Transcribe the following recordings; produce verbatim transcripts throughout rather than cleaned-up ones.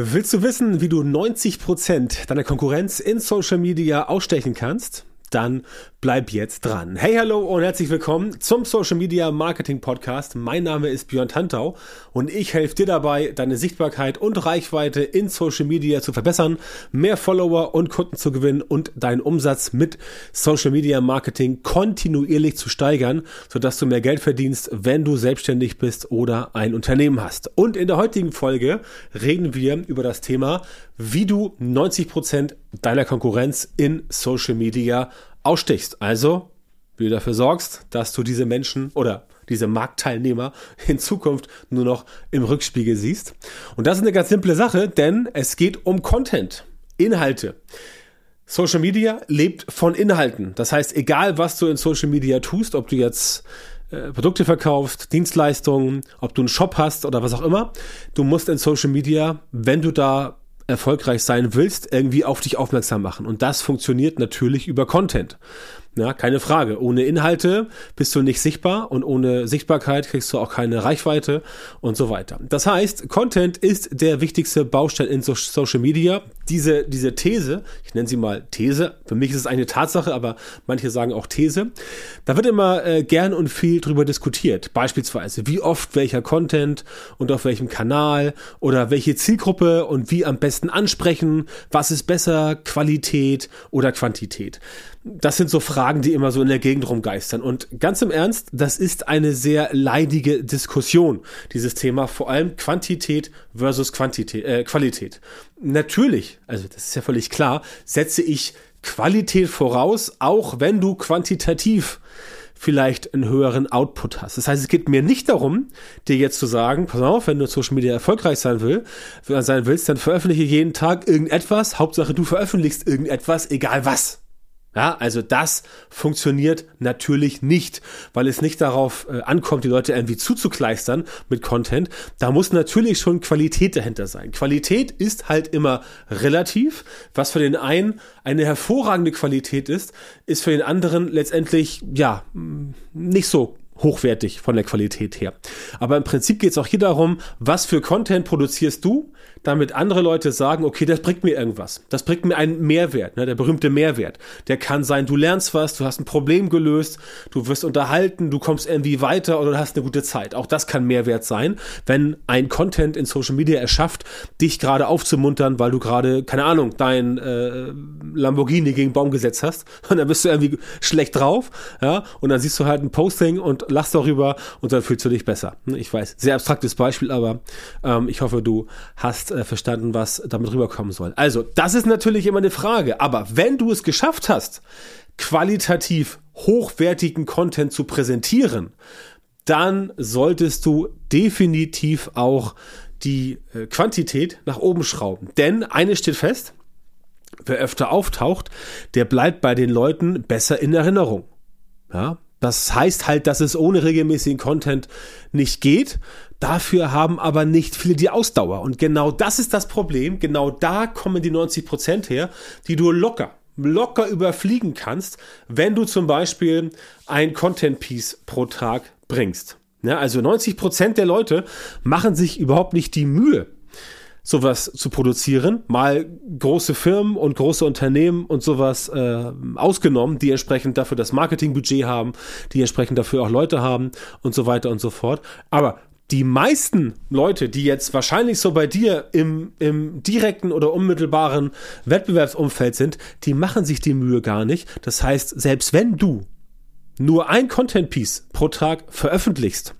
Willst du wissen, wie du neunzig Prozent deiner Konkurrenz in Social Media ausstechen kannst? Dann bleib jetzt dran. Hey, hallo und herzlich willkommen zum Social Media Marketing Podcast. Mein Name ist Björn Tantau und ich helfe dir dabei, deine Sichtbarkeit und Reichweite in Social Media zu verbessern, mehr Follower und Kunden zu gewinnen und deinen Umsatz mit Social Media Marketing kontinuierlich zu steigern, sodass du mehr Geld verdienst, wenn du selbstständig bist oder ein Unternehmen hast. Und in der heutigen Folge reden wir über das Thema, wie du neunzig Prozent deiner Konkurrenz in Social Media ausstichst. Also, wie du dafür sorgst, dass du diese Menschen oder diese Marktteilnehmer in Zukunft nur noch im Rückspiegel siehst. Und das ist eine ganz simple Sache, denn es geht um Content, Inhalte. Social Media lebt von Inhalten. Das heißt, egal was du in Social Media tust, ob du jetzt äh, Produkte verkaufst, Dienstleistungen, ob du einen Shop hast oder was auch immer, du musst in Social Media, wenn du da erfolgreich sein willst, irgendwie auf dich aufmerksam machen. Und das funktioniert natürlich über Content. Ja, keine Frage. Ohne Inhalte bist du nicht sichtbar und ohne Sichtbarkeit kriegst du auch keine Reichweite und so weiter. Das heißt, Content ist der wichtigste Baustein in so- Social Media. Diese, diese These, ich nenne sie mal These, für mich ist es eine Tatsache, aber manche sagen auch These. Da wird immer äh, gern und viel drüber diskutiert. Beispielsweise, wie oft welcher Content und auf welchem Kanal oder welche Zielgruppe und wie am besten ansprechen, was ist besser, Qualität oder Quantität. Das sind so Fragen, die immer so in der Gegend rumgeistern. Und ganz im Ernst, das ist eine sehr leidige Diskussion, dieses Thema, vor allem Quantität versus Quantität, äh, Qualität. Natürlich, also das ist ja völlig klar, setze ich Qualität voraus, auch wenn du quantitativ vielleicht einen höheren Output hast. Das heißt, es geht mir nicht darum, dir jetzt zu sagen, pass auf, wenn du in Social Media erfolgreich sein will, sein willst, dann veröffentliche jeden Tag irgendetwas, Hauptsache du veröffentlichst irgendetwas, egal was. Ja, also das funktioniert natürlich nicht, weil es nicht darauf äh, ankommt, die Leute irgendwie zuzukleistern mit Content. Da muss natürlich schon Qualität dahinter sein. Qualität ist halt immer relativ. Was für den einen eine hervorragende Qualität ist, ist für den anderen letztendlich, ja, nicht so hochwertig von der Qualität her. Aber im Prinzip geht es auch hier darum, was für Content produzierst du, damit andere Leute sagen, okay, das bringt mir irgendwas. Das bringt mir einen Mehrwert, ne, der berühmte Mehrwert. Der kann sein, du lernst was, du hast ein Problem gelöst, du wirst unterhalten, du kommst irgendwie weiter oder du hast eine gute Zeit. Auch das kann Mehrwert sein, wenn ein Content in Social Media es schafft, dich gerade aufzumuntern, weil du gerade, keine Ahnung, dein äh, Lamborghini gegen einen Baum gesetzt hast und dann bist du irgendwie schlecht drauf, ja, und dann siehst du halt ein Posting und lachst darüber und dann fühlst du dich besser. Ich weiß, sehr abstraktes Beispiel, aber ähm, ich hoffe, du hast äh, verstanden, was damit rüberkommen soll. Also, das ist natürlich immer eine Frage, aber wenn du es geschafft hast, qualitativ hochwertigen Content zu präsentieren, dann solltest du definitiv auch die äh, Quantität nach oben schrauben. Denn eines steht fest, wer öfter auftaucht, der bleibt bei den Leuten besser in Erinnerung. Ja, das heißt halt, dass es ohne regelmäßigen Content nicht geht. Dafür haben aber nicht viele die Ausdauer. Und genau das ist das Problem. Genau da kommen die neunzig Prozent her, die du locker, locker überfliegen kannst, wenn du zum Beispiel ein Content-Piece pro Tag bringst. Ja, also neunzig Prozent der Leute machen sich überhaupt nicht die Mühe, sowas zu produzieren, mal große Firmen und große Unternehmen und sowas äh, ausgenommen, die entsprechend dafür das Marketingbudget haben, die entsprechend dafür auch Leute haben und so weiter und so fort. Aber die meisten Leute, die jetzt wahrscheinlich so bei dir im, im direkten oder unmittelbaren Wettbewerbsumfeld sind, die machen sich die Mühe gar nicht. Das heißt, selbst wenn du nur ein Content-Piece pro Tag veröffentlichst,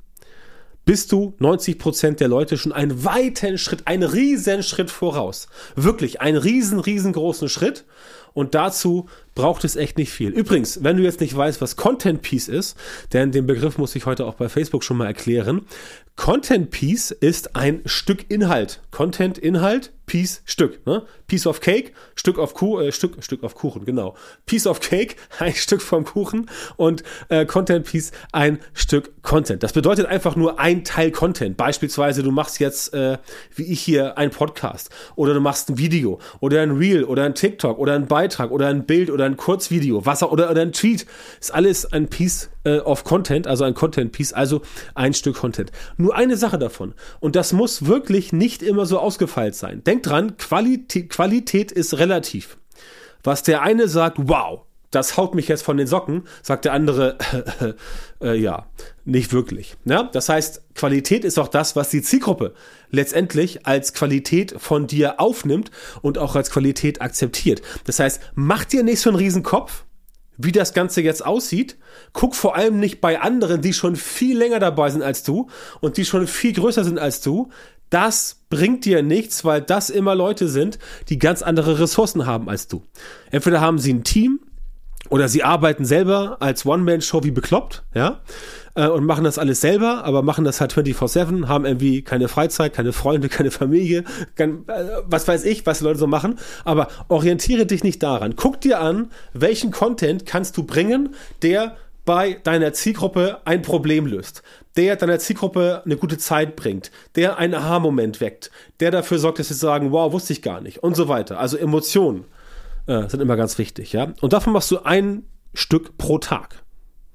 bist du neunzig Prozent der Leute schon einen weiten Schritt, einen riesen Schritt voraus. Wirklich einen riesen, riesengroßen Schritt. Und dazu braucht es echt nicht viel. Übrigens, wenn du jetzt nicht weißt, was Content Piece ist, denn den Begriff muss ich heute auch bei Facebook schon mal erklären. Content Piece ist ein Stück Inhalt. Content, Inhalt, Piece, Stück. Ne? Piece of Cake, Stück auf Kuh, äh, Stück, Stück auf Kuchen, genau. Piece of Cake, ein Stück vom Kuchen und äh, Content Piece, ein Stück Content. Das bedeutet einfach nur ein Teil Content. Beispielsweise, du machst jetzt, äh, wie ich hier, einen Podcast oder du machst ein Video oder ein Reel oder ein TikTok oder ein Beitrag oder ein Bild oder ein Kurzvideo, was auch, oder, oder ein Tweet. Ist alles ein Piece äh, of Content, also ein Content-Piece, also ein Stück Content. Nur eine Sache davon. Und das muss wirklich nicht immer so ausgefeilt sein. Denk dran, Qualität, Qualität ist relativ. Was der eine sagt, wow, das haut mich jetzt von den Socken, sagt der andere, äh, äh, ja, nicht wirklich. Ja? Das heißt, Qualität ist auch das, was die Zielgruppe letztendlich als Qualität von dir aufnimmt und auch als Qualität akzeptiert. Das heißt, mach dir nicht so einen Riesenkopf, wie das Ganze jetzt aussieht. Guck vor allem nicht bei anderen, die schon viel länger dabei sind als du und die schon viel größer sind als du. Das bringt dir nichts, weil das immer Leute sind, die ganz andere Ressourcen haben als du. Entweder haben sie ein Team, oder sie arbeiten selber als One-Man-Show wie bekloppt, ja, äh, und machen das alles selber, aber machen das halt vierundzwanzig sieben, haben irgendwie keine Freizeit, keine Freunde, keine Familie, kein, äh, was weiß ich, was die Leute so machen, aber orientiere dich nicht daran. Guck dir an, welchen Content kannst du bringen, der bei deiner Zielgruppe ein Problem löst, der deiner Zielgruppe eine gute Zeit bringt, der einen Aha-Moment weckt, der dafür sorgt, dass sie sagen, wow, wusste ich gar nicht und so weiter. Also Emotionen Äh, sind immer ganz wichtig, ja. Und davon machst du ein Stück pro Tag.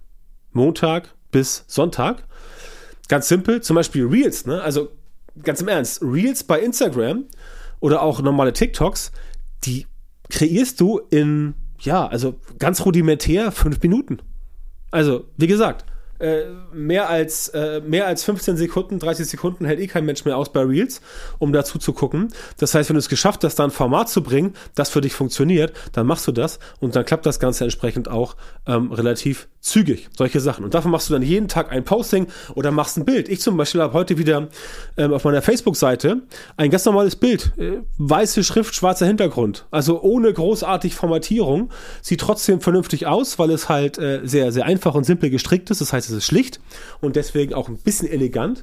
Montag bis Sonntag. Ganz simpel, zum Beispiel Reels, ne? Also ganz im Ernst, Reels bei Instagram oder auch normale TikToks, die kreierst du in, ja, also ganz rudimentär fünf Minuten. Also, wie gesagt, Äh, mehr als äh, mehr als fünfzehn Sekunden, dreißig Sekunden hält eh kein Mensch mehr aus bei Reels, um dazu zu gucken. Das heißt, wenn du es geschafft hast, da ein Format zu bringen, das für dich funktioniert, dann machst du das und dann klappt das Ganze entsprechend auch ähm, relativ zügig, solche Sachen. Und davon machst du dann jeden Tag ein Posting oder machst ein Bild. Ich zum Beispiel habe heute wieder ähm, auf meiner Facebook-Seite ein ganz normales Bild. Äh, weiße Schrift, schwarzer Hintergrund. Also ohne großartig Formatierung. Sieht trotzdem vernünftig aus, weil es halt äh, sehr, sehr einfach und simpel gestrickt ist. Das heißt, es ist schlicht und deswegen auch ein bisschen elegant.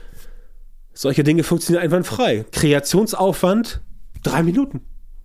Solche Dinge funktionieren einwandfrei. Kreationsaufwand, drei Minuten.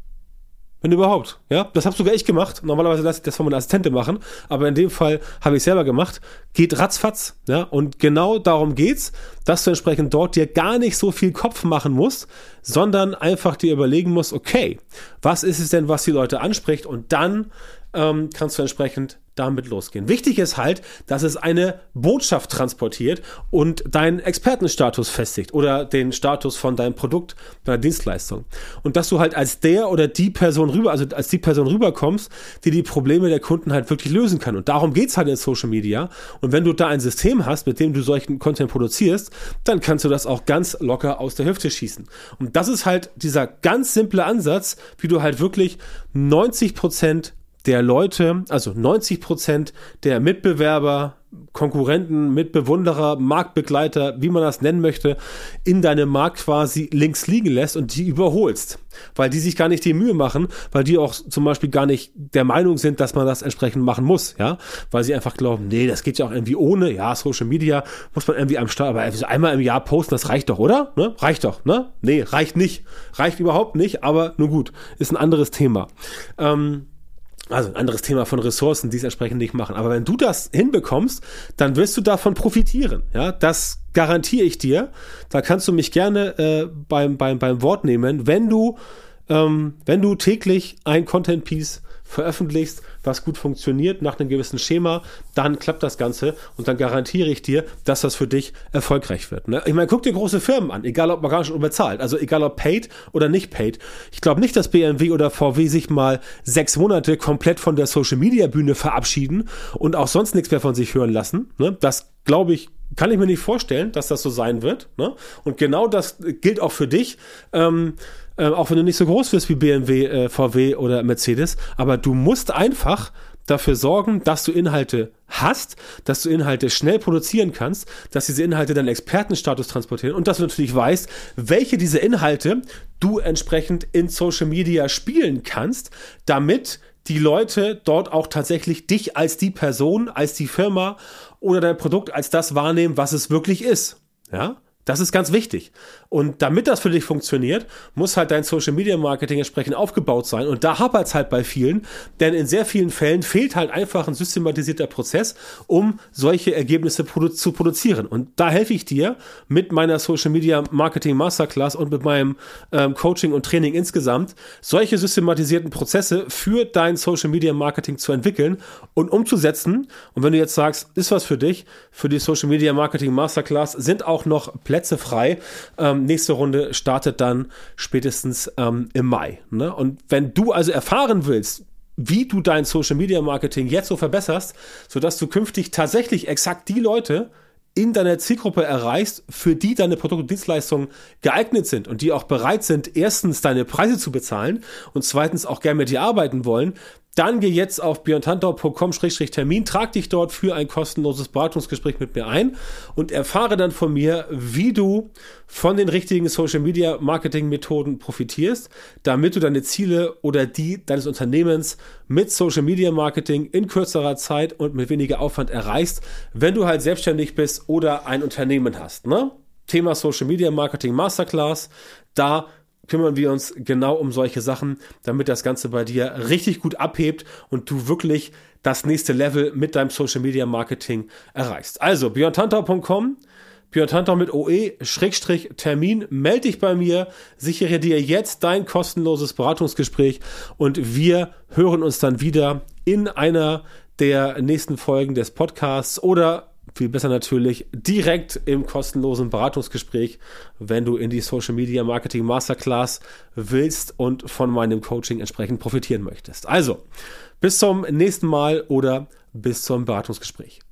Wenn überhaupt, ja. Das habe sogar ich gemacht. Normalerweise lasse ich das von meiner Assistentin machen, aber in dem Fall habe ich selber gemacht. Geht ratzfatz, ja. Und genau darum geht's, dass du entsprechend dort dir gar nicht so viel Kopf machen musst, sondern einfach dir überlegen musst, okay, was ist es denn, was die Leute anspricht? Und dann ähm, kannst du entsprechend damit losgehen. Wichtig ist halt, dass es eine Botschaft transportiert und deinen Expertenstatus festigt oder den Status von deinem Produkt, deiner Dienstleistung. Und dass du halt als der oder die Person rüber, also als die Person rüberkommst, die die Probleme der Kunden halt wirklich lösen kann. Und darum geht's halt in Social Media. Und wenn du da ein System hast, mit dem du solchen Content produzierst, dann kannst du das auch ganz locker aus der Hüfte schießen. Und das ist halt dieser ganz simple Ansatz, wie du halt wirklich neunzig Prozent der Leute, also neunzig Prozent der Mitbewerber, Konkurrenten, Mitbewunderer, Marktbegleiter, wie man das nennen möchte, in deinem Markt quasi links liegen lässt und die überholst. Weil die sich gar nicht die Mühe machen, weil die auch zum Beispiel gar nicht der Meinung sind, dass man das entsprechend machen muss, ja. Weil sie einfach glauben, nee, das geht ja auch irgendwie ohne, ja, Social Media muss man irgendwie am Start, aber einmal im Jahr posten, das reicht doch, oder? Ne? Reicht doch, ne? Nee, reicht nicht. Reicht überhaupt nicht, aber nur gut. Ist ein anderes Thema. Ähm, Also ein anderes Thema von Ressourcen, die es entsprechend nicht machen. Aber wenn du das hinbekommst, dann wirst du davon profitieren. Ja, das garantiere ich dir. Da kannst du mich gerne äh, beim, beim, beim Wort nehmen. Wenn du, ähm, wenn du täglich ein Content-Piece veröffentlichst, was gut funktioniert nach einem gewissen Schema, dann klappt das Ganze und dann garantiere ich dir, dass das für dich erfolgreich wird. Ne? Ich meine, guck dir große Firmen an, egal ob organisch oder bezahlt, also egal ob paid oder nicht paid. Ich glaube nicht, dass B M W oder V W sich mal sechs Monate komplett von der Social-Media-Bühne verabschieden und auch sonst nichts mehr von sich hören lassen. Ne? Das glaube ich, kann ich mir nicht vorstellen, dass das so sein wird. Ne? Und genau das gilt auch für dich. Ähm, äh, auch wenn du nicht so groß wirst wie B M W, äh, V W oder Mercedes. Aber du musst einfach dafür sorgen, dass du Inhalte hast, dass du Inhalte schnell produzieren kannst, dass diese Inhalte deinen Expertenstatus transportieren und dass du natürlich weißt, welche dieser Inhalte du entsprechend in Social Media spielen kannst, damit die Leute dort auch tatsächlich dich als die Person, als die Firma oder dein Produkt als das wahrnehmen, was es wirklich ist. Ja? Das ist ganz wichtig. Und damit das für dich funktioniert, muss halt dein Social Media Marketing entsprechend aufgebaut sein. Und da hapert es halt bei vielen, denn in sehr vielen Fällen fehlt halt einfach ein systematisierter Prozess, um solche Ergebnisse produ- zu produzieren. Und da helfe ich dir mit meiner Social Media Marketing Masterclass und mit meinem ähm, Coaching und Training insgesamt, solche systematisierten Prozesse für dein Social Media Marketing zu entwickeln und umzusetzen. Und wenn du jetzt sagst, ist was für dich, für die Social Media Marketing Masterclass sind auch noch Plätze frei. Ähm, nächste Runde startet dann spätestens ähm, im Mai. Ne? Und wenn du also erfahren willst, wie du dein Social Media Marketing jetzt so verbesserst, sodass du künftig tatsächlich exakt die Leute in deiner Zielgruppe erreichst, für die deine Produkte und Dienstleistungen geeignet sind und die auch bereit sind, erstens deine Preise zu bezahlen und zweitens auch gerne mit dir arbeiten wollen, dann geh jetzt auf björn tantau punkt com Schrägstrich Termin, trag dich dort für ein kostenloses Beratungsgespräch mit mir ein und erfahre dann von mir, wie du von den richtigen Social Media Marketing Methoden profitierst, damit du deine Ziele oder die deines Unternehmens mit Social Media Marketing in kürzerer Zeit und mit weniger Aufwand erreichst, wenn du halt selbstständig bist oder ein Unternehmen hast. Ne? Thema Social Media Marketing Masterclass, da kümmern wir uns genau um solche Sachen, damit das Ganze bei dir richtig gut abhebt und du wirklich das nächste Level mit deinem Social Media Marketing erreichst. Also björn tantau punkt com, Björn Tantau mit O E, Schrägstrich Termin, melde dich bei mir, sichere dir jetzt dein kostenloses Beratungsgespräch und wir hören uns dann wieder in einer der nächsten Folgen des Podcasts oder viel besser natürlich direkt im kostenlosen Beratungsgespräch, wenn du in die Social Media Marketing Masterclass willst und von meinem Coaching entsprechend profitieren möchtest. Also, bis zum nächsten Mal oder bis zum Beratungsgespräch.